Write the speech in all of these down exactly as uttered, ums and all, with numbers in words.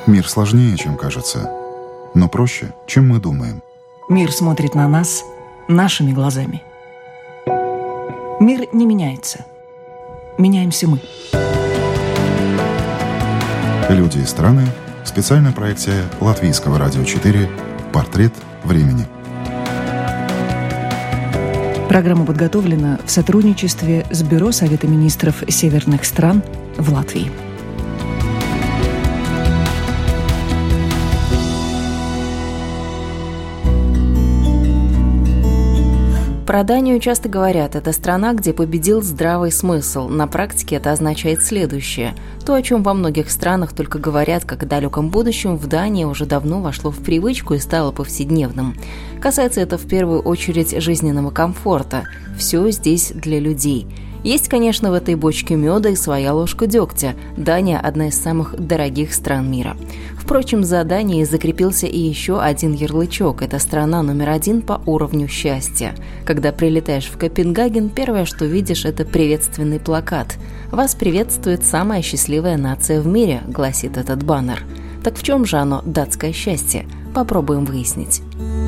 Мир сложнее, чем кажется, но проще, чем мы думаем. Мир смотрит на нас нашими глазами. Мир не меняется. Меняемся мы. Люди и страны. Специальная проекция Латвийского радио четыре «Портрет времени». Программа подготовлена в сотрудничестве с Бюро Совета министров северных стран в Латвии. Про Данию часто говорят, это страна, где победил здравый смысл. На практике это означает следующее. То, о чем во многих странах только говорят, как о далеком будущем, в Дании уже давно вошло в привычку и стало повседневным. Касается это в первую очередь жизненного комфорта. Все здесь для людей. Есть, конечно, в этой бочке меда и своя ложка дегтя. Дания – одна из самых дорогих стран мира. Впрочем, за Данией закрепился и еще один ярлычок. Это страна номер один по уровню счастья. Когда прилетаешь в Копенгаген, первое, что видишь, это приветственный плакат. «Вас приветствует самая счастливая нация в мире», – гласит этот баннер. Так в чем же оно, датское счастье? Попробуем выяснить.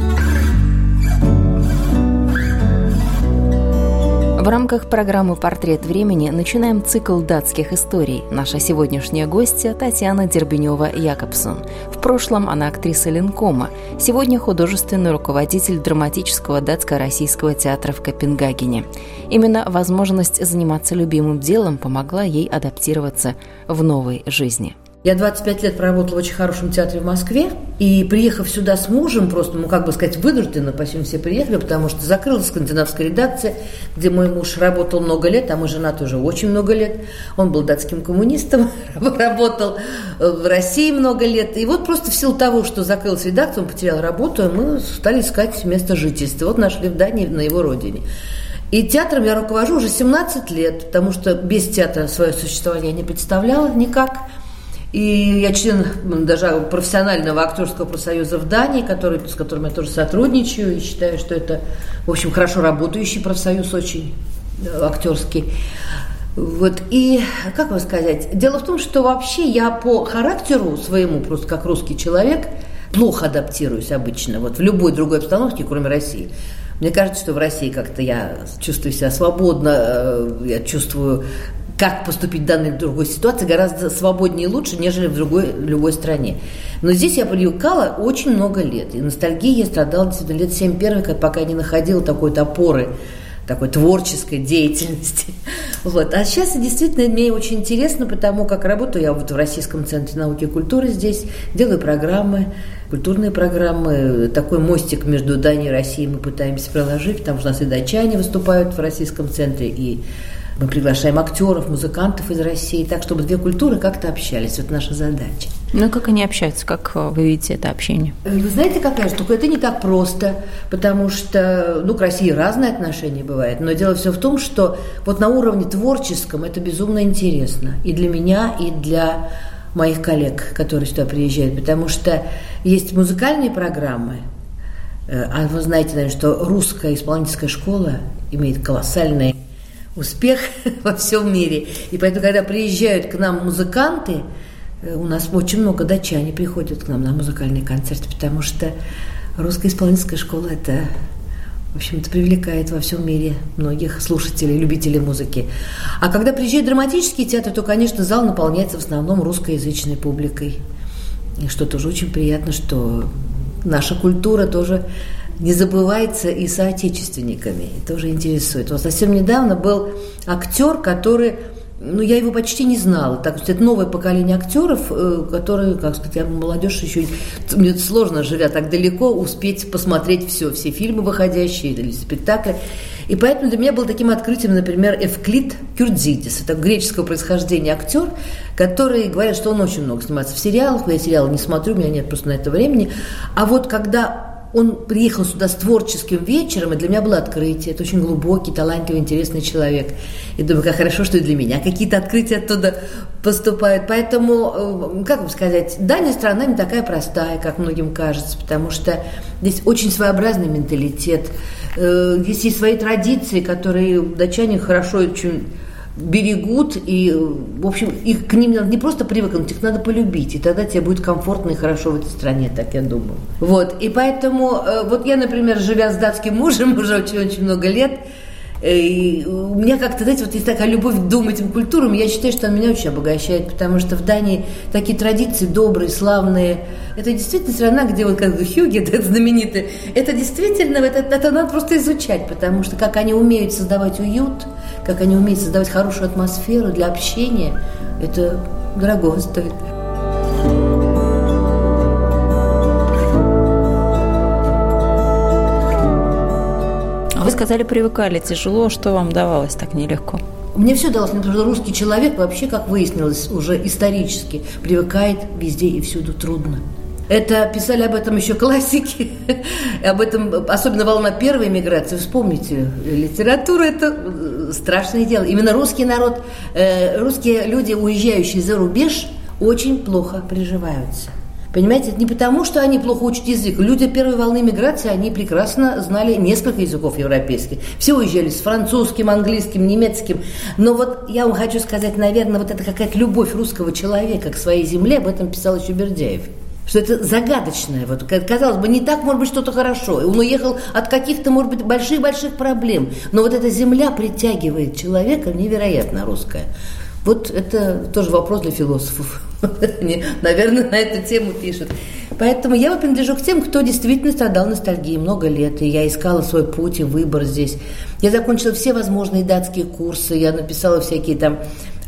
В рамках программы «Портрет времени» начинаем цикл датских историй. Наша сегодняшняя гостья – Татьяна Дербенева-Якобсон. В прошлом она актриса Ленкома. Сегодня художественный руководитель драматического датско-российского театра в Копенгагене. Именно возможность заниматься любимым делом помогла ей адаптироваться в новой жизни. Я двадцать пять лет проработала в очень хорошем театре в Москве, и, приехав сюда с мужем, просто, ну, как бы сказать, вынужденно, почти все приехали, потому что закрылась скандинавская редакция, где мой муж работал много лет, а мы женаты уже очень много лет. Он был датским коммунистом, работал в России много лет. И вот просто в силу того, что закрылась редакция, он потерял работу, мы стали искать место жительства. Вот нашли в Дании, на его родине. И театром я руковожу уже семнадцать лет, потому что без театра свое существование не представляла никак. И я член даже профессионального актерского профсоюза в Дании, который, с которым я тоже сотрудничаю, и считаю, что это, в общем, хорошо работающий профсоюз, очень актерский. Вот. И, как вам сказать, дело в том, что вообще я по характеру своему, просто как русский человек, плохо адаптируюсь обычно, вот в любой другой обстановке, кроме России. Мне кажется, что в России как-то я чувствую себя свободно, я чувствую, как поступить в данной другой ситуации гораздо свободнее и лучше, нежели в другой любой стране. Но здесь я привыкала очень много лет. И ностальгией я страдала действительно лет семь первых, пока я не находила такой-то опоры, такой творческой деятельности. Вот. А сейчас действительно мне очень интересно, потому как работаю я вот в Российском центре науки и культуры здесь, делаю программы, культурные программы. Такой мостик между Данией и Россией мы пытаемся проложить, потому что у нас и датчане выступают в Российском центре, и мы приглашаем актеров, музыкантов из России, так, чтобы две культуры как-то общались. Вот наша задача. Ну, как они общаются? Как вы видите это общение? Вы знаете, какая штука? Это не так просто, потому что, ну, к России разные отношения бывают, но дело все в том, что вот на уровне творческом это безумно интересно и для меня, и для моих коллег, которые сюда приезжают, потому что есть музыкальные программы, а вы знаете, наверное, что русская исполнительская школа имеет колоссальный успех во всем мире. И поэтому, когда приезжают к нам музыканты, у нас очень много датчане приходят к нам на музыкальные концерты, потому что русская исполнительская школа – это, в общем-то, привлекает во всем мире многих слушателей, любителей музыки. А когда приезжает драматический театр, то, конечно, зал наполняется в основном русскоязычной публикой. И что тоже очень приятно, что наша культура тоже не забывается и соотечественниками, и тоже интересует. Вот совсем недавно был актер, который, ну, я его почти не знала, так что это новое поколение актеров, которые, как сказать, я молодежь еще, мне сложно, живя так далеко, успеть посмотреть все, все фильмы выходящие или спектакли. И поэтому для меня был таким открытием, например, Эвклид Кюрдзидис, это греческого происхождения актер, который говорит, что он очень много снимается в сериалах, но я сериалы не смотрю, у меня нет просто на это времени. А вот когда он приехал сюда с творческим вечером, и для меня было открытие. Это очень глубокий, талантливый, интересный человек. И думаю, как хорошо, что и для меня какие-то открытия оттуда поступают. Поэтому, как вам сказать, Дания страна не такая простая, как многим кажется, потому что здесь очень своеобразный менталитет. Здесь есть свои традиции, которые датчане хорошо очень берегут, и, в общем, их, к ним надо не просто привыкнуть, их надо полюбить, и тогда тебе будет комфортно и хорошо в этой стране, так я думаю. Вот, и поэтому, вот я, например, живя с датским мужем уже очень-очень много лет, и у меня как-то, знаете, вот есть такая любовь к двум этим культурам, я считаю, что она меня очень обогащает, потому что в Дании такие традиции добрые, славные. Это действительно страна, где вот как Хюге, это знаменитый, это действительно, это, это надо просто изучать, потому что как они умеют создавать уют, как они умеют создавать хорошую атмосферу для общения, это дорого стоит. Вы сказали, привыкали тяжело. Что вам давалось так нелегко? Мне все далось, потому что русский человек вообще, как выяснилось уже исторически, привыкает везде и всюду трудно. Это писали об этом еще классики, об этом, особенно волна первой миграции. Вспомните, литература – это страшное дело. Именно русский народ, русские люди, уезжающие за рубеж, очень плохо приживаются. Понимаете, это не потому, что они плохо учат язык. Люди первой волны миграции, они прекрасно знали несколько языков европейских. Все уезжали с французским, английским, немецким. Но вот я вам хочу сказать, наверное, вот это какая-то любовь русского человека к своей земле, об этом писал еще Бердяев. Что это загадочное. Вот, казалось бы, не так, может быть, что-то хорошо. Он уехал от каких-то, может быть, больших-больших проблем. Но вот эта земля притягивает человека невероятно русская. Вот это тоже вопрос для философов. Они, наверное, на эту тему пишут. Поэтому я принадлежу к тем, кто действительно страдал ностальгией много лет. И я искала свой путь и выбор здесь. Я закончила все возможные датские курсы. Я написала всякие там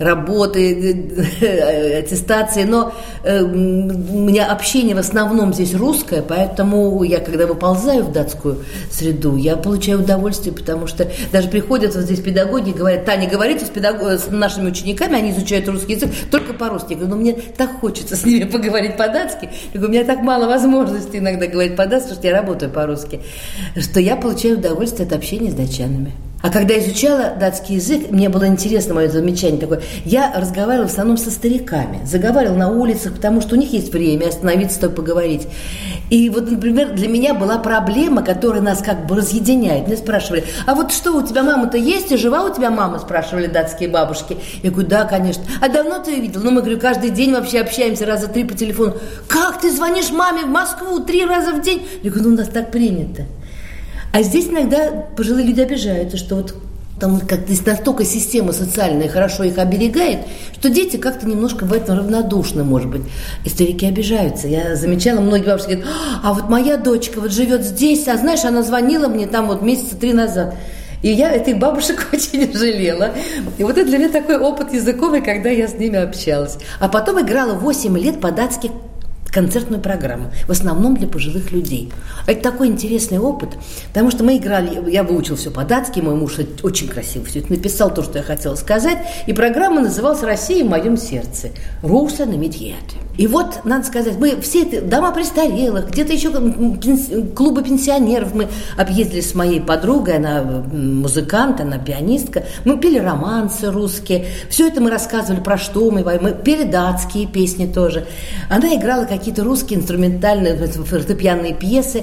работы, аттестации. Но э, у меня общение в основном здесь русское. Поэтому я, когда выползаю в датскую среду, я получаю удовольствие. Потому что даже приходят вот здесь педагоги и говорят: Таня, говорите с, педаг... с нашими учениками, они изучают русский язык только по-русски. Я говорю: ну мне так хочется с ними поговорить по-датски. Я говорю: у меня так мало возможностей иногда говорить по-датски, потому что я работаю по-русски, что я получаю удовольствие от общения с датчанами. А когда изучала датский язык, мне было интересно, мое замечание такое, я разговаривала в основном со стариками, заговаривала на улицах, потому что у них есть время остановиться, только поговорить. И вот, например, для меня была проблема, которая нас как бы разъединяет. Меня спрашивали: а вот что, у тебя мама-то есть, и жива у тебя мама? Спрашивали датские бабушки. Я говорю: да, конечно. А давно ты ее видел? Ну, мы, говорю, каждый день вообще общаемся раза три по телефону. Как ты звонишь маме в Москву три раза в день? Я говорю: ну, у нас так принято. А здесь иногда пожилые люди обижаются, что вот там как-то настолько система социальная хорошо их оберегает, что дети как-то немножко в этом равнодушны, может быть. И старики обижаются. Я замечала, многие бабушки говорят: а вот моя дочка вот живет здесь, а знаешь, она звонила мне там вот месяца три назад. И я этих бабушек очень жалела. И вот это для меня такой опыт языковый, когда я с ними общалась. А потом играла восемь лет по-датски концертную программу, в основном для пожилых людей. Это такой интересный опыт, потому что мы играли, я выучил все по-датски, мой муж очень красиво все это написал, то, что я хотела сказать, и программа называлась «Россия в моем сердце», «Руса на медьяте». И вот, надо сказать, мы все это, дома престарелых, где-то еще клубы пенсионеров мы объездили с моей подругой, она музыкант, она пианистка, мы пели романсы русские, все это мы рассказывали, про что мы, мы пели датские песни тоже. Она играла какие-то русские инструментальные фортепианные пьесы,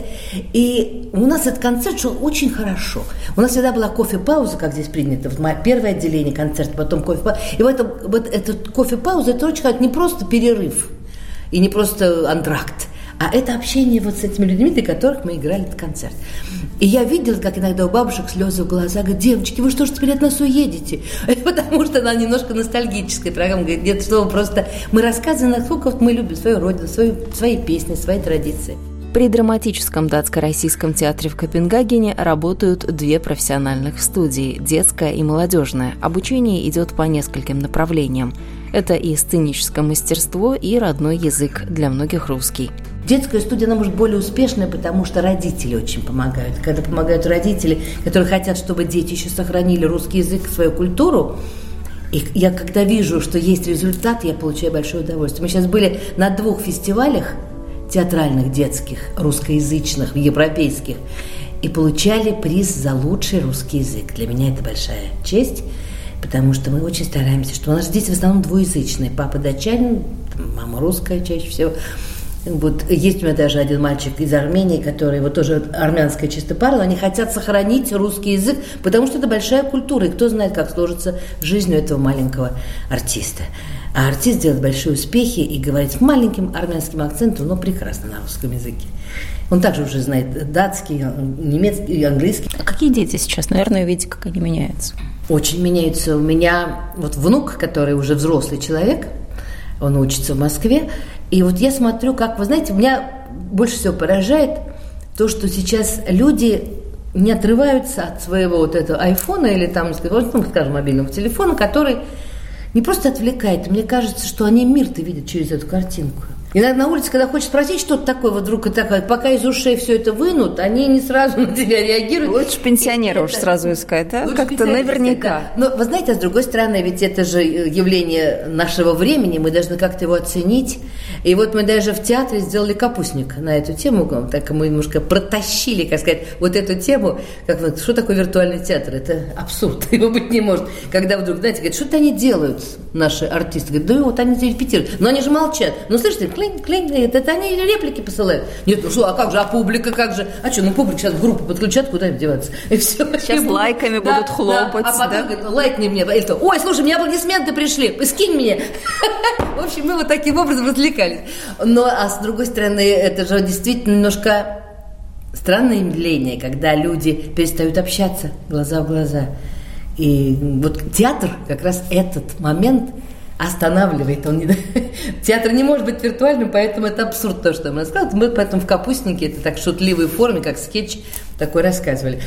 и у нас этот концерт шел очень хорошо. У нас всегда была кофе-пауза, как здесь принято, вот первое отделение концерта, потом кофе-пауза. И вот, это, вот эта кофе-пауза, это очень не просто перерыв, и не просто антракт, а это общение вот с этими людьми, для которых мы играли этот концерт. И я видела, как иногда у бабушек слезы в глазах, говорят: девочки, вы что ж теперь от нас уедете? Потому что она немножко ностальгическая программа, говорит: нет, что вы просто... Мы рассказываем, насколько вот мы любим свою родину, свою, свои песни, свои традиции. При драматическом датско-российском театре в Копенгагене работают две профессиональных студии – детская и молодежная. Обучение идет по нескольким направлениям. Это и сценическое мастерство, и родной язык, для многих русский. Детская студия, она может более успешная, потому что родители очень помогают. Когда помогают родители, которые хотят, чтобы дети еще сохранили русский язык, свою культуру, и я когда вижу, что есть результат, я получаю большое удовольствие. Мы сейчас были на двух фестивалях театральных, детских, русскоязычных, европейских, и получали приз за лучший русский язык. Для меня это большая честь, потому что мы очень стараемся, что у нас дети в основном двуязычные. Папа датчанин, мама русская чаще всего. Вот есть у меня даже один мальчик из Армении, который вот тоже армянская чисто пара, они хотят сохранить русский язык, потому что это большая культура, и кто знает, как сложится жизнь у этого маленького артиста. А артист делает большие успехи и говорит с маленьким армянским акцентом, но прекрасно на русском языке. Он также уже знает датский, немецкий и английский. А какие дети сейчас? Наверное, видите, как они меняются. Очень меняются. У меня вот внук, который уже взрослый человек, он учится в Москве, и вот я смотрю, как, вы знаете, меня больше всего поражает то, что сейчас люди не отрываются от своего вот этого айфона или там, ну, скажем, мобильного телефона, который не просто отвлекает. Мне кажется, что они мир-то видят через эту картинку. Иногда на улице, когда хочешь спросить что-то такое, вот вдруг и такое, пока из ушей все это вынут, они не сразу на тебя реагируют. Лучше пенсионера уж сразу искать, да? Как-то наверняка. Да. Но, вы знаете, а с другой стороны, ведь это же явление нашего времени, мы должны как-то его оценить. И вот мы даже в театре сделали капустник на эту тему, так мы немножко протащили, как сказать, вот эту тему, как вот, что такое виртуальный театр? Это абсурд, его быть не может. Когда вдруг, знаете, говорят, что-то они делают, наши артисты, говорят, да вот они репетируют, но они же молчат. Ну, слышите, клин, клин, это, это они реплики посылают. Нет, ну что, а как же, а публика, как же? А что, ну публика сейчас в группу подключат, куда им деваться? И все. Сейчас и лайками да, будут хлопать. Да. А потом да? говорят, лайкни мне. Или, ой, слушай, у меня аплодисменты пришли, скинь мне. В общем, мы вот таким образом развлекались. Но, а с другой стороны, это же действительно немножко странное явление, когда люди перестают общаться глаза в глаза. И вот театр как раз этот момент останавливает. Он не... Театр не может быть виртуальным, поэтому это абсурд то, что мы рассказывали. Мы поэтому в «Капустнике», это так в шутливой форме, как скетч, такой рассказывали.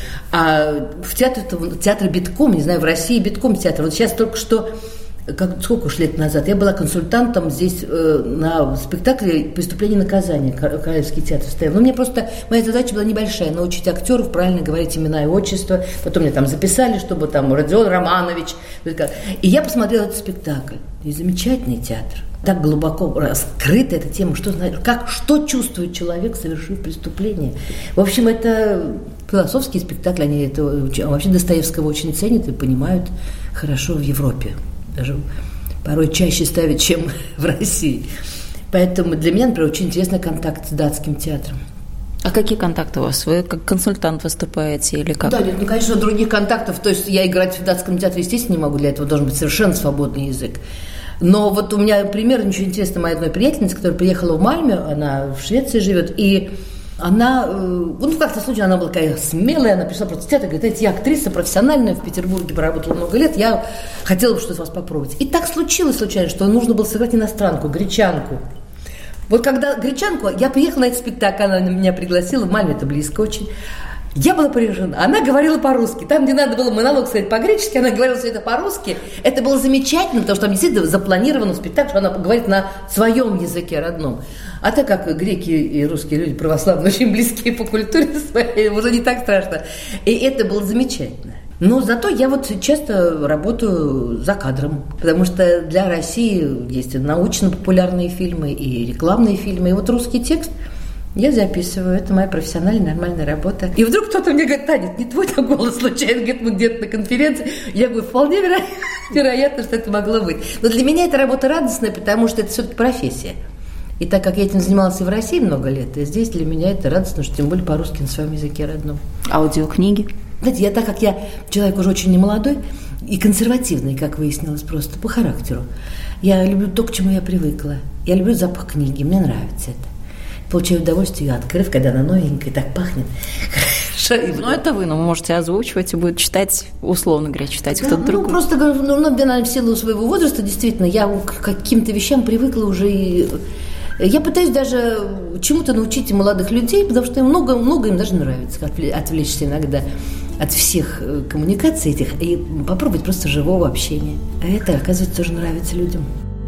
А в театре, театр битком, не знаю, в России битком театр. Вот сейчас только что, как, сколько уж лет назад, я была консультантом здесь э, на спектакле «Преступление и наказание», Королевский театр стоял. Но мне просто, моя задача была небольшая, научить актеров правильно говорить имена и отчества. Потом мне там записали, чтобы там Родион Романович. И я посмотрела этот спектакль. И замечательный театр. Так глубоко раскрыта эта тема, что, как, что чувствует человек, совершив преступление. В общем, это философские спектакли, они это вообще Достоевского очень ценят и понимают хорошо в Европе. Даже порой чаще ставят, чем в России. Поэтому для меня, например, очень интересный контакт с датским театром. А какие контакты у вас? Вы как консультант выступаете или как? Да, нет, ну, конечно, других контактов. То есть я играть в датском театре, естественно, не могу. Для этого должен быть совершенно свободный язык. Но вот у меня пример, ничего интересного, моя одной приятельница, которая приехала в Мальме, она в Швеции живет, и она, ну, в как-то случае она была такая смелая, она пришла просто в театр, говорит, знаете, я актриса профессиональная, в Петербурге поработала много лет, я хотела бы что-то с вас попробовать. И так случилось случайно, что нужно было сыграть иностранку, гречанку. Вот когда гречанку, я приехала на этот спектакль, она меня пригласила, в Мальме это близко очень. Я была поражена. Она говорила по-русски. Там, где надо было монолог сказать по-гречески, она говорила все это по-русски. Это было замечательно, потому что там действительно запланировано спектакль, что она говорит на своем языке родном. А так как греки и русские люди православные очень близкие по культуре своей, уже не так страшно. И это было замечательно. Но зато я вот часто работаю за кадром, потому что для России есть и научно-популярные фильмы, и рекламные фильмы, и вот русский текст я записываю, это моя профессиональная, нормальная работа. И вдруг кто-то мне говорит, Таня, не твой там голос случайно, говорит, мы где-то на конференции. Я говорю, вполне веро... вероятно, что это могло быть. Но для меня эта работа радостная, потому что это все-таки профессия. И так как я этим занималась и в России много лет, и здесь для меня это радостно, что тем более по-русски на своем языке родном. Аудиокниги? Знаете, я так как я человек уже очень немолодой и консервативный, как выяснилось просто, по характеру, я люблю то, к чему я привыкла. Я люблю запах книги, мне нравится это. Получаю удовольствие ее открыв, когда она новенькая, так пахнет. Ну, это вы, но вы можете озвучивать и будет читать, условно говоря, читать да, кто-то ну, другой. Ну, просто, ну, наверное, в силу своего возраста, действительно, я к каким-то вещам привыкла уже и... Я пытаюсь даже чему-то научить молодых людей, потому что им много, много им даже нравится, отвлечься иногда от всех коммуникаций этих и попробовать просто живого общения. А это, оказывается, тоже нравится людям.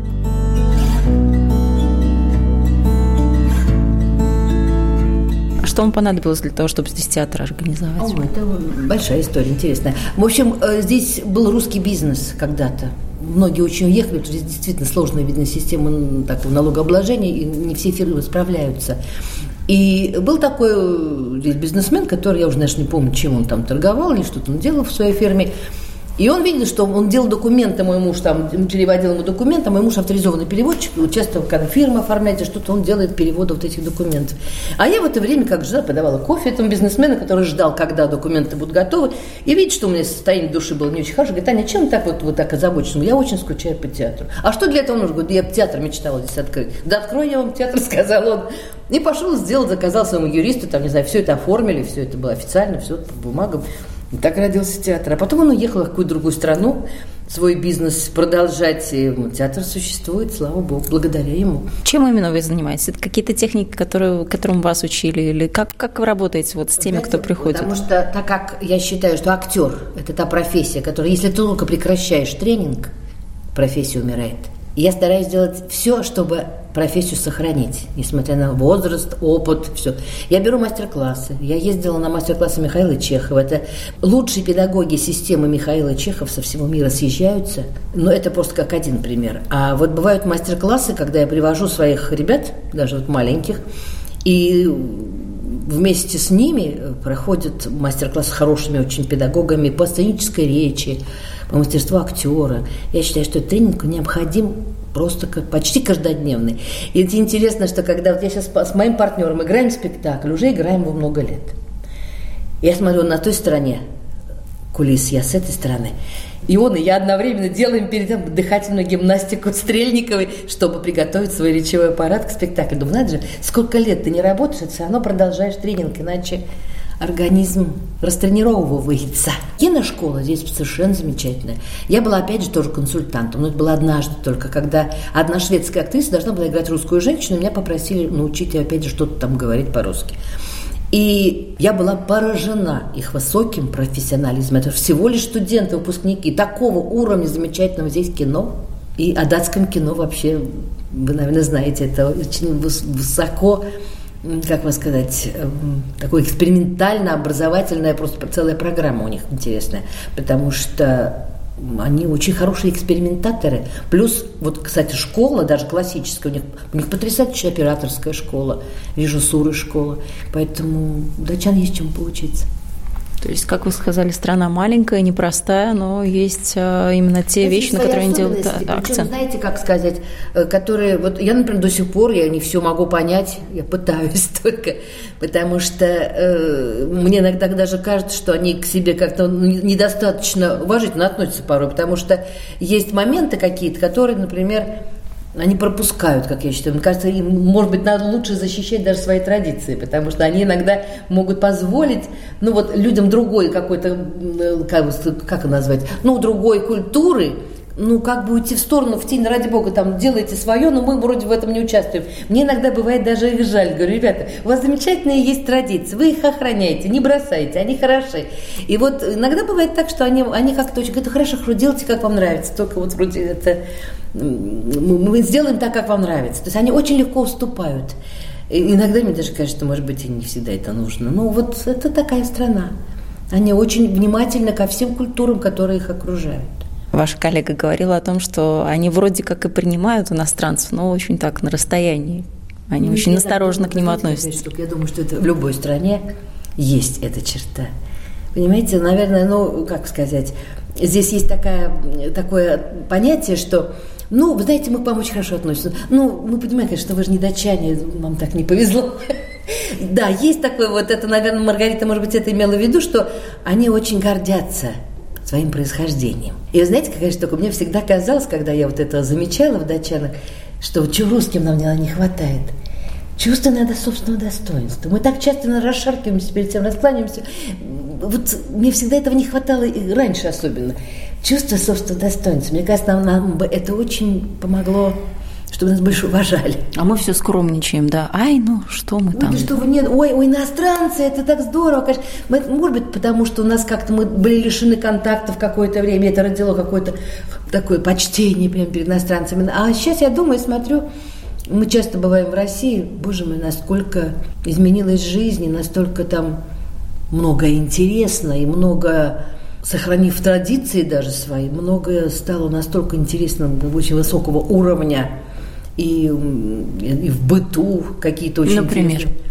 Что вам понадобилось для того, чтобы здесь театр организовать? О, это большая история, интересная. В общем, здесь был русский бизнес когда-то. Многие очень уехали, потому что здесь действительно сложная, видно, система такого налогообложения, и не все фирмы справляются. И был такой здесь бизнесмен, который, я уже, знаешь, не помню, чем он там торговал или что-то он делал в своей фирме. И он видел, что он делал документы, мой муж там переводил ему документы, а мой муж авторизованный переводчик, часто, когда фирма оформляет что-то, он делает переводы вот этих документов. А я в это время, как жена, подавала кофе этому бизнесмену, который ждал, когда документы будут готовы, и видит, что у меня состояние души было не очень хорошее, говорит: Таня, чем так вот, вот так озабочен? Я очень скучаю по театру. А что для этого нужно? Говорит: я театр мечтала здесь открыть. Да открой я вам театр, сказал он. И пошел, сделал, заказал своему юристу, там, не знаю, все это оформили, все это было официально, все по бумагам. И так родился театр. А потом он уехал в какую-то другую страну, свой бизнес продолжать. И театр существует, слава богу, благодаря ему. Чем именно вы занимаетесь? Это какие-то техники, которые, которым вас учили? Или как, как вы работаете вот с теми, Знаете, кто приходит? Потому что, так как я считаю, что актер – это та профессия, которая, если ты только прекращаешь тренинг, профессия умирает. И я стараюсь сделать все, чтобы профессию сохранить, несмотря на возраст, опыт, все. Я беру мастер-классы. Я ездила на мастер-классы Михаила Чехова. Это лучшие педагоги системы Михаила Чехова со всего мира съезжаются. Но это просто как один пример. А вот бывают мастер-классы, когда я привожу своих ребят, даже вот маленьких, и вместе с ними проходят мастер-класс с хорошими очень педагогами по сценической речи, по мастерству актера. Я считаю, что тренинг необходим просто как, почти каждодневный. И это интересно, что когда вот я сейчас с моим партнером играем спектакль, уже играем его много лет. Я смотрю, он на той стороне кулис, я с этой стороны. И он, и я одновременно делаем перед этим дыхательную гимнастику Стрельниковой, чтобы приготовить свой речевой аппарат к спектаклю. Думаю, надо же, сколько лет ты не работаешь, ты все равно продолжаешь тренинг, иначе организм растренировывается. Киношкола здесь совершенно замечательная. Я была, опять же, тоже консультантом, но это было однажды только, когда одна шведская актриса должна была играть русскую женщину, меня попросили научить ее, опять же, что-то там говорить по-русски. И я была поражена их высоким профессионализмом. Это всего лишь студенты, выпускники. Такого уровня замечательного здесь кино. И о датском кино вообще, вы, наверное, знаете, это очень высоко, как вам сказать, такое экспериментально-образовательная, просто целая программа у них интересная. Потому что они очень хорошие экспериментаторы. Плюс, вот, кстати, школа, даже классическая, у них, у них потрясающая операторская школа, режиссуры школа. Поэтому датчан есть чем поучиться. То есть, как вы сказали, страна маленькая, непростая, но есть а, именно те есть вещи, на которые они делают а, акцент. Причем, знаете, как сказать, которые... Вот я, например, до сих пор, я не все могу понять, я пытаюсь только, потому что э, мне иногда даже кажется, что они к себе как-то недостаточно уважительно относятся порой, потому что есть моменты какие-то, которые, например... Они пропускают, как я считаю. Мне кажется, им, может быть, надо лучше защищать даже свои традиции, потому что они иногда могут позволить, ну вот, людям другой какой-то, как, как назвать, ну, другой культуры, ну, как бы уйти в сторону, в тень, ради бога, там, делайте свое, но мы вроде в этом не участвуем. Мне иногда бывает даже их жаль. Говорю, ребята, у вас замечательные есть традиции, вы их охраняете, не бросайте, они хороши. И вот иногда бывает так, что они, они как-то очень говорят: хорошо, хорошо, делайте, как вам нравится, только вот вроде это... Мы сделаем так, как вам нравится. То есть они очень легко уступают. И иногда мне даже кажется, что, может быть, и не всегда это нужно. Но вот это такая страна. Они очень внимательны ко всем культурам, которые их окружают. Ваша коллега говорила о том, что они вроде как и принимают иностранцев, но очень так, на расстоянии. Они ну, очень осторожно к ним относятся. Я думаю, что это в любой стране есть эта черта. Понимаете, наверное, ну, как сказать, здесь есть такая, такое понятие, что, ну, вы знаете, мы к вам очень хорошо относимся. Ну, мы понимаем, конечно, что вы же не датчане, вам так не повезло. Да, есть такое вот, это, наверное, Маргарита, может быть, это имела в виду, что они очень гордятся своим происхождением. И вы знаете, какая штука, мне всегда казалось, когда я вот это замечала в датчанах, что чего русским нам не хватает. Чувство надо собственного достоинства. Мы так часто расшаркиваемся, перед тем раскланяемся. Вот мне всегда этого не хватало, и раньше особенно. Чувство собственного достоинства. Мне кажется, нам, нам бы это очень помогло, чтобы нас больше уважали. А мы все скромничаем, да. Ай, ну что мы там? Ой, что вы нет, ой, ой, иностранцы, это так здорово, конечно. Мы, может быть, потому что у нас как-то мы были лишены контактов какое-то время, это родило какое-то такое почтение прямо перед иностранцами. А сейчас я думаю, смотрю, мы часто бываем в России, боже мой, насколько изменилась жизнь, и настолько там много интересно, и много, сохранив традиции даже свои, многое стало настолько интересным, очень высокого уровня, и, и в быту какие-то очень Например? интересные.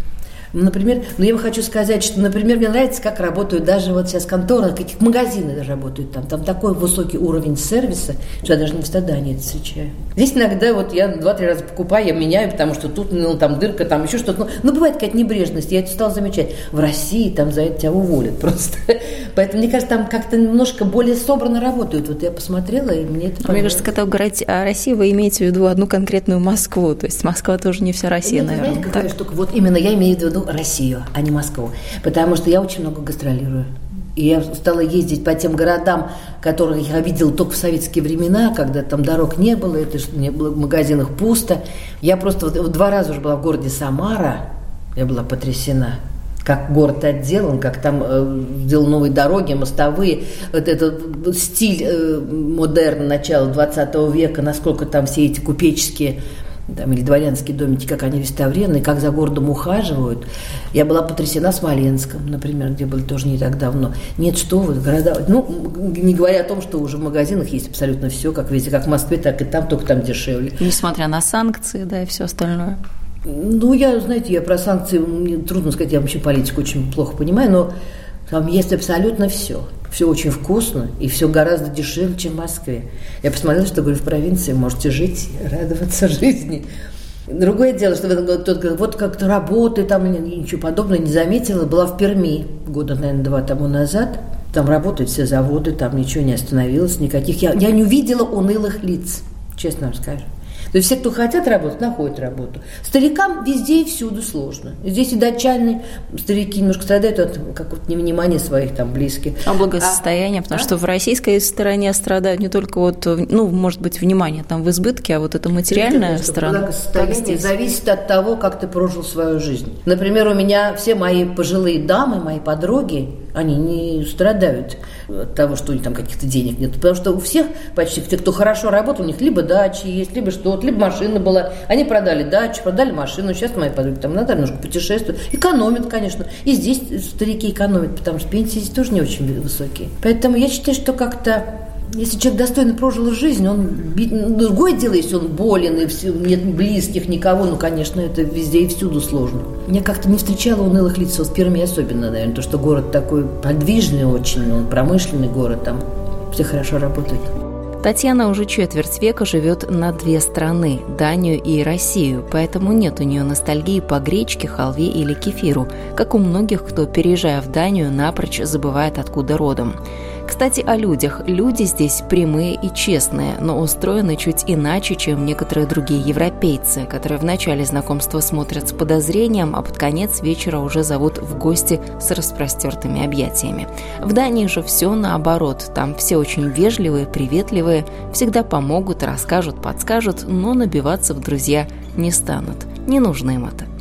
Например, ну я вам хочу сказать, что, например, мне нравится, как работают даже вот сейчас конторы, каких магазины даже работают там. Там такой высокий уровень сервиса, что я даже не в стадании это встречаю. Здесь иногда вот я два-три раза покупаю, я меняю, потому что тут ну, там дырка, там еще что-то. Ну, ну, бывает какая-то небрежность, я это стала замечать. В России там за это тебя уволят просто. Поэтому, мне кажется, там как-то немножко более собранно работают. Вот я посмотрела, и мне это понравилось. Мне кажется, когда вы говорите о России, вы имеете в виду одну конкретную Москву. То есть Москва тоже не вся Россия, Нет, наверное. Знаете, какая штука? Вот именно я имею в виду Россию, а не Москву. Потому что я очень много гастролирую. И я стала ездить по тем городам, которые я видела только в советские времена, когда там дорог не было, это не было, в магазинах пусто. Я просто вот, вот два раза уже была в городе Самара, я была потрясена. Как город отделан, как там э, сделал новые дороги, мостовые, вот этот стиль э, модерн начала двадцатого века, насколько там все эти купеческие там, или дворянские домики, как они реставрированы, как за городом ухаживают. Я была потрясена Смоленском, например, где были тоже не так давно. Нет, что вы, города... Ну, не говоря о том, что уже в магазинах есть абсолютно все, как везде, как в Москве, так и там, только там дешевле. Несмотря на санкции, да, и все остальное. Ну, я, знаете, я про санкции, мне трудно сказать, я вообще политику очень плохо понимаю, но там есть абсолютно все. Все очень вкусно, и все гораздо дешевле, чем в Москве. Я посмотрела, что, говорю, в провинции можете жить, радоваться жизни. Другое дело, что кто-то говорит, вот как-то работы, там ничего подобного не заметила. Была в Перми года, наверное, два тому назад. Там работают все заводы, там ничего не остановилось, никаких. Я, я не увидела унылых лиц, честно вам скажу. То есть все, кто хотят работать, находят работу. Старикам везде и всюду сложно. Здесь и датчане, старики немножко страдают от какого-то невнимания своих там близких. А благосостояние, а, потому а? что в российской стороне страдают не только вот, ну, может быть, внимание там в избытке, а вот это материальная это, сторона. Благосостояние зависит от того, как ты прожил свою жизнь. Например, у меня все мои пожилые дамы, мои подруги, они не страдают от того, что у них там каких-то денег нет. Потому что у всех, почти те, кто хорошо работал, у них либо дачи есть, либо что-то, либо машина была. Они продали дачу, продали машину. Сейчас мои подруги там надо немножко путешествуют. Экономят, конечно. И здесь старики экономят, потому что пенсии здесь тоже не очень высокие. Поэтому я считаю, что как-то... Если человек достойно прожил жизнь, он... Другое дело, если он болен, и все, нет близких, никого, ну, конечно, это везде и всюду сложно. Я как-то не встречала унылых лиц, вот в Перми особенно, наверное, то, что город такой подвижный очень, он промышленный город, там все хорошо работает. Татьяна уже четверть века живет на две страны – Данию и Россию, поэтому нет у нее ностальгии по гречке, халве или кефиру, как у многих, кто, переезжая в Данию, напрочь забывает, откуда родом. Кстати, о людях. Люди здесь прямые и честные, но устроены чуть иначе, чем некоторые другие европейцы, которые в начале знакомства смотрят с подозрением, а под конец вечера уже зовут в гости с распростертыми объятиями. В Дании же все наоборот. Там все очень вежливые, приветливые, всегда помогут, расскажут, подскажут, но набиваться в друзья не станут. Не нужно им это.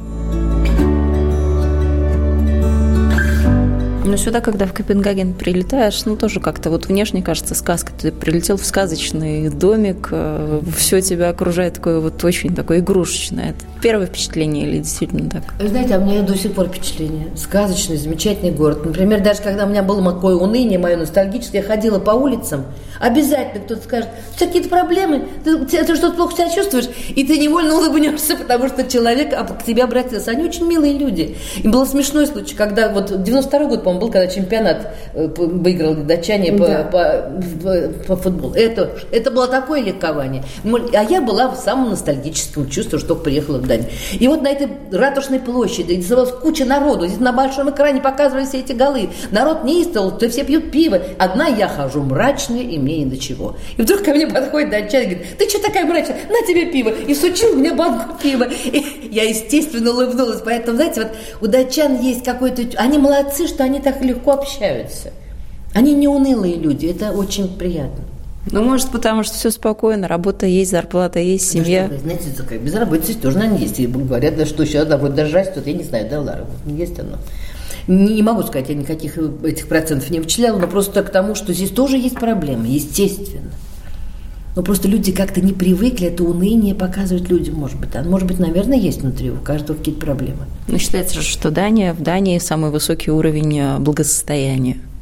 Но сюда, когда в Копенгаген прилетаешь, ну, тоже как-то вот внешне кажется сказка. Ты прилетел в сказочный домик, все тебя окружает такое вот очень такое игрушечное. Это первое впечатление или действительно так? Вы знаете, а у меня до сих пор впечатление. Сказочный, замечательный город. Например, даже когда у меня было такое уныние, мое ностальгическое, я ходила по улицам, обязательно кто-то скажет, у тебя какие-то проблемы, ты, ты что-то плохо себя чувствуешь, и ты невольно улыбнешься, потому что человек к тебе обратился. Они очень милые люди. И был смешной случай, когда вот девяносто второй год, по-моему, был, когда чемпионат выиграл датчане да. по, по, по футболу. Это, это было такое ликование. А я была в самом ностальгическом чувстве, что приехала в Данию. И вот на этой ратушной площади собралась куча народу. Здесь на большом экране показывали все эти голы. Народ неистовал, то все пьют пиво. Одна я хожу мрачная, и мне ни до чего. И вдруг ко мне подходит датчанин и говорит, ты что такая мрачная? На тебе пиво. И сучил мне банку пива. И я, естественно, улыбнулась. Поэтому, знаете, вот у датчан есть какой-то... Они молодцы, что они так легко общаются. Они не унылые люди. Это очень приятно. Ну, может, потому что все спокойно, работа есть, зарплата есть, семья. Да, что, знаете, такая безработица тоже, наверное, есть. И говорят, да, что сейчас вот даже растет, я не знаю, да, Лара, есть оно. Не, не могу сказать, я никаких этих процентов не вычисляла, но просто к тому, что здесь тоже есть проблемы, естественно. Но просто люди как-то не привыкли это уныние показывать людям, может быть. А может быть, наверное, есть внутри у каждого какие-то проблемы. Ну, считается, что Дания, в Дании самый высокий уровень благосостояния.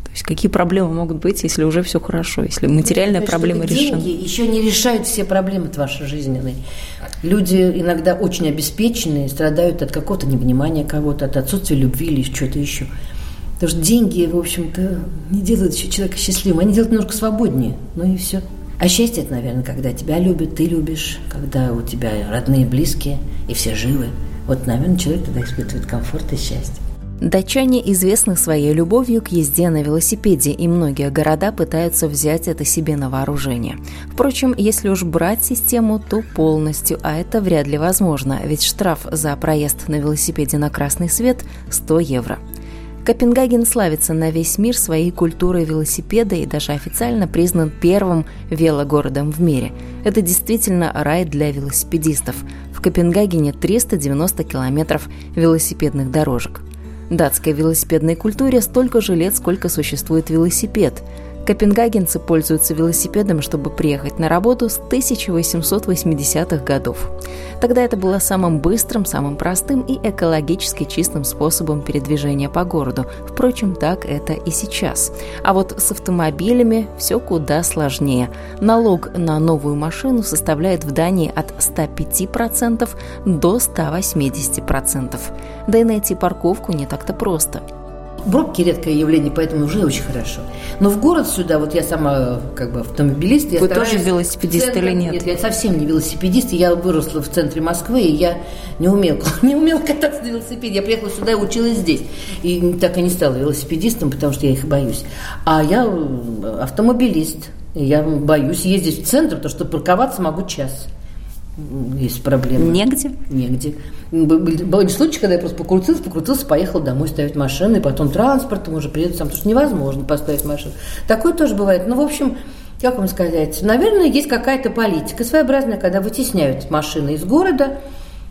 То есть какие проблемы могут быть, если уже все хорошо, если материальная проблема решена? Деньги еще не решают все проблемы вашей жизненной. Люди иногда очень обеспеченные, страдают от какого-то невнимания кого-то, от отсутствия любви или чего-то еще. Потому что деньги, в общем-то, не делают человека счастливым, они делают немножко свободнее, ну и все. А счастье – это, наверное, когда тебя любят, ты любишь, когда у тебя родные, близкие, и все живы. Вот, наверное, человек тогда испытывает комфорт и счастье. Датчане известны своей любовью к езде на велосипеде, и многие города пытаются взять это себе на вооружение. Впрочем, если уж брать систему, то полностью, а это вряд ли возможно, ведь штраф за проезд на велосипеде на красный свет – сто евро. Копенгаген славится на весь мир своей культурой велосипеда и даже официально признан первым велогородом в мире. Это действительно рай для велосипедистов. В Копенгагене триста девяносто километров велосипедных дорожек. Датской велосипедной культуре столько же лет, сколько существует велосипед. Копенгагенцы пользуются велосипедом, чтобы приехать на работу с тысяча восемьсот восьмидесятых годов. Тогда это было самым быстрым, самым простым и экологически чистым способом передвижения по городу. Впрочем, так это и сейчас. А вот с автомобилями все куда сложнее. Налог на новую машину составляет в Дании от ста пяти процентов до ста восьмидесяти процентов. Да и найти парковку не так-то просто. В пробке редкое явление, поэтому уже очень хорошо. Но в город сюда, вот я сама как бы автомобилист. Вы тоже велосипедист центр, или нет? Нет, я совсем не велосипедист. Я выросла в центре Москвы, и я не умела, не умела кататься на велосипеде. Я приехала сюда и училась здесь. И так и не стала велосипедистом, потому что я их боюсь. А я автомобилист. И я боюсь ездить в центр, потому что парковаться могу час. Есть проблемы. Негде? Негде. Были случаи, когда я просто покрутился, покрутился, поехал домой ставить машину, и потом транспортом уже приеду сам, потому что невозможно поставить машину. Такое тоже бывает. Ну, в общем, как вам сказать, наверное, есть какая-то политика своеобразная, когда вытесняют машины из города,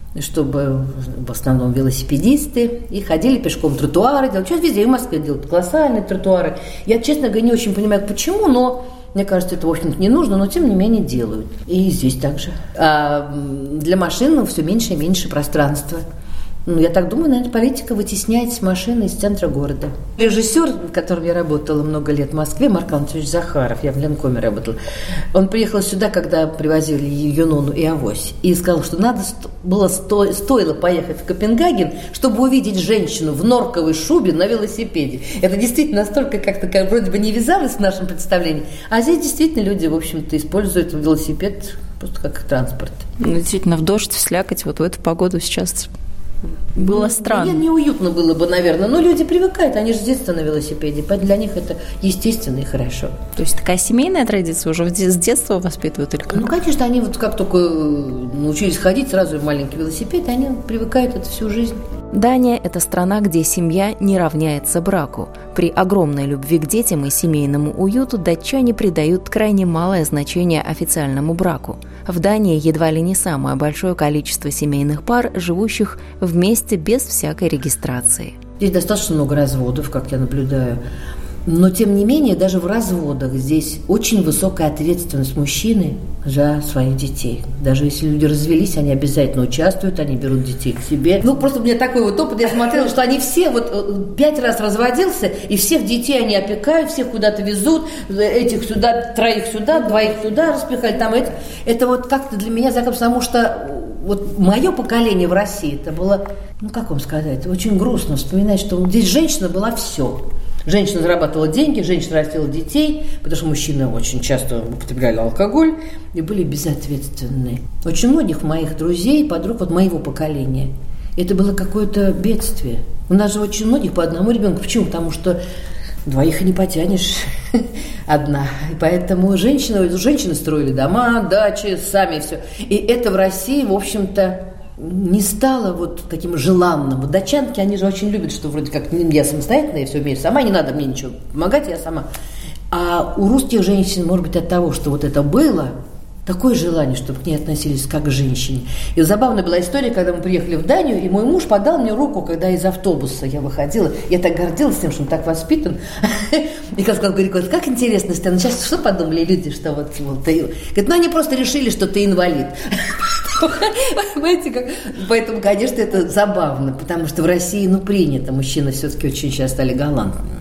чтобы в основном велосипедисты, и ходили пешком тротуары делать. Сейчас везде, и в Москве делают колоссальные тротуары. Я, честно говоря, не очень понимаю, почему, но мне кажется, это, в общем-то, не нужно, но, тем не менее, делают. И здесь также. А для машин все меньше и меньше пространства. Ну, я так думаю, наверное, политика вытесняет машины из центра города. Режиссер, в котором я работала много лет в Москве, Марк Антонович Захаров, я в Ленкоме работала, он приехал сюда, когда привозили Юнону и Авось, и сказал, что надо было сто, стоило поехать в Копенгаген, чтобы увидеть женщину в норковой шубе на велосипеде. Это действительно настолько как-то как, вроде бы не вязалось в нашем представлении, а здесь действительно люди, в общем-то, используют велосипед просто как транспорт. Ну, действительно, в дождь, в слякоть, вот в эту погоду сейчас... Было ну, странно. Мне неуютно было бы, наверное, но люди привыкают, они же с детства на велосипеде, поэтому для них это естественно и хорошо. То есть такая семейная традиция уже с детства воспитывают или как? Ну, конечно, они вот как только научились ходить, сразу маленький велосипед, они привыкают это всю жизнь. Дания – это страна, где семья не равняется браку. При огромной любви к детям и семейному уюту датчане придают крайне малое значение официальному браку. В Дании едва ли не самое большое количество семейных пар, живущих вместе без всякой регистрации. Здесь достаточно много разводов, как я наблюдаю. Но, тем не менее, даже в разводах здесь очень высокая ответственность мужчины за своих детей. Даже если люди развелись, они обязательно участвуют, они берут детей к себе. Ну, просто у меня такой вот опыт, я смотрела, что они все вот пять раз разводился, и всех детей они опекают, всех куда-то везут, этих сюда, троих сюда, двоих туда распихали, там это. Это вот как-то для меня закон, потому что вот мое поколение в России, это было, ну, как вам сказать, очень грустно вспоминать, что здесь женщина была все. Женщина зарабатывала деньги, женщина растила детей, потому что мужчины очень часто употребляли алкоголь и были безответственны. Очень многих моих друзей, подруг вот моего поколения, это было какое-то бедствие. У нас же очень многих по одному ребенку. Почему? Потому что двоих и не потянешь одна. И поэтому женщины, женщины строили дома, дачи, сами все. И это в России, в общем-то, не стало вот таким желанным. Вот датчанки, они же очень любят, что вроде как я самостоятельная, я все умею сама, не надо мне ничего помогать, я сама. А у русских женщин, может быть, от того, что вот это было, такое желание, чтобы к ней относились как к женщине. И забавная была история, когда мы приехали в Данию, и мой муж подал мне руку, когда из автобуса я выходила. Я так гордилась тем, что он так воспитан. И как сказал, говорит, как интересно, Стэн, сейчас что подумали люди, что вот, вот ты... Говорит, ну они просто решили, что ты инвалид. Понимаете, как? Поэтому, конечно, это забавно, потому что в России, ну, принято, мужчины все-таки очень сейчас стали галантными.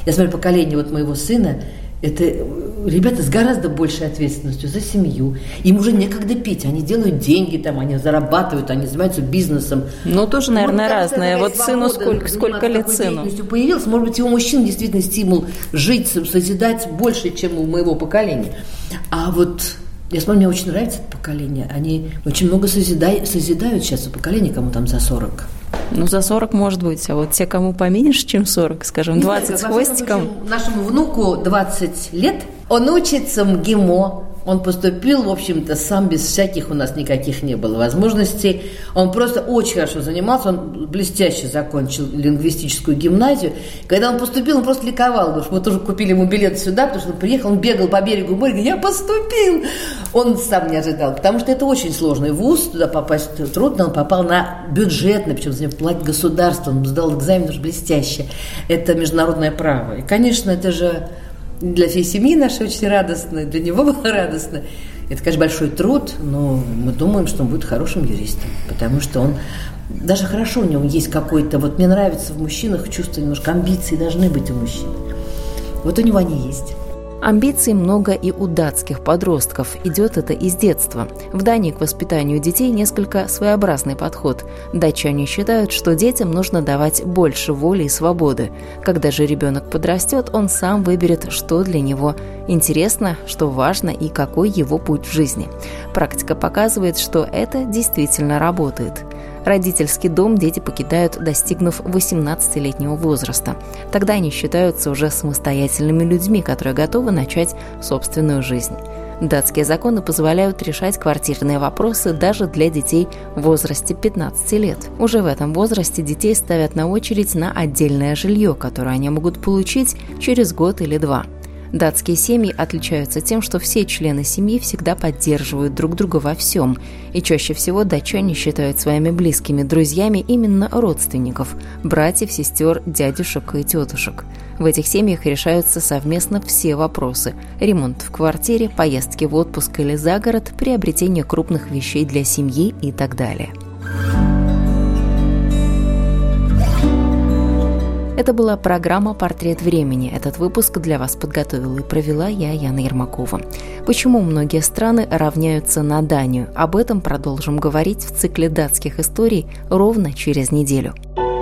Я смотрю, поколение вот моего сына, это ребята с гораздо большей ответственностью за семью. Им уже некогда пить. Они делают деньги, там, они зарабатывают, они занимаются бизнесом. Ну, тоже, наверное, вот, разное. Вот сыну сколько, сколько лет сыну? Появилось. Может быть, у мужчин действительно стимул жить, созидать больше, чем у моего поколения. А вот я смотрю, мне очень нравится это поколение. Они очень много созидают, созидают сейчас у поколения, кому там за сорок. Ну, за сорок может быть, а вот те, кому поменьше, чем сорок, скажем, двадцать с хвостиком. Нашему внуку двадцать лет, он учится в МГИМО, он поступил, в общем-то, сам без всяких у нас никаких не было возможностей. Он просто очень хорошо занимался, он блестяще закончил лингвистическую гимназию. Когда он поступил, он просто ликовал, потому что мы тоже купили ему билет сюда, потому что он приехал, он бегал по берегу моря, говорит, я поступил. Он сам не ожидал, потому что это очень сложный вуз, туда попасть трудно, он попал на бюджетный, причем за него платит государство, он сдал экзамен уже блестяще. Это международное право. И, конечно, это же для всей семьи нашей очень радостно, для него было радостно. Это, конечно, большой труд, но мы думаем, что он будет хорошим юристом, потому что он, даже хорошо у него есть какой-то, вот мне нравится в мужчинах чувство, немножко амбиций должны быть у мужчин. Вот у него они есть. Амбиций много и у датских подростков. Идет это из детства. В Дании к воспитанию детей несколько своеобразный подход. Датчане считают, что детям нужно давать больше воли и свободы. Когда же ребенок подрастет, он сам выберет, что для него интересно, что важно и какой его путь в жизни. Практика показывает, что это действительно работает. Родительский дом дети покидают, достигнув восемнадцатилетнего возраста. Тогда они считаются уже самостоятельными людьми, которые готовы начать собственную жизнь. Датские законы позволяют решать квартирные вопросы даже для детей в возрасте пятнадцати лет. Уже в этом возрасте детей ставят на очередь на отдельное жилье, которое они могут получить через год или два. Датские семьи отличаются тем, что все члены семьи всегда поддерживают друг друга во всем, и чаще всего датчане считают своими близкими друзьями именно родственников – братьев, сестер, дядюшек и тетушек. В этих семьях решаются совместно все вопросы – ремонт в квартире, поездки в отпуск или за город, приобретение крупных вещей для семьи и так далее. Это была программа «Портрет времени». Этот выпуск для вас подготовила и провела я, Яна Ермакова. Почему многие страны равняются на Данию? Об этом продолжим говорить в цикле датских историй ровно через неделю.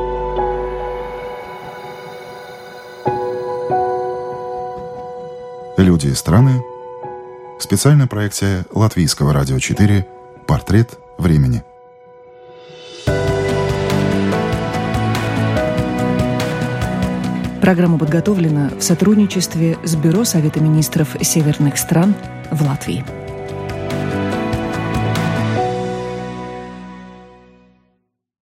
Люди и страны. Специальная проекция Латвийского радио четыре «Портрет времени». Программа подготовлена в сотрудничестве с Бюро Совета министров северных стран в Латвии.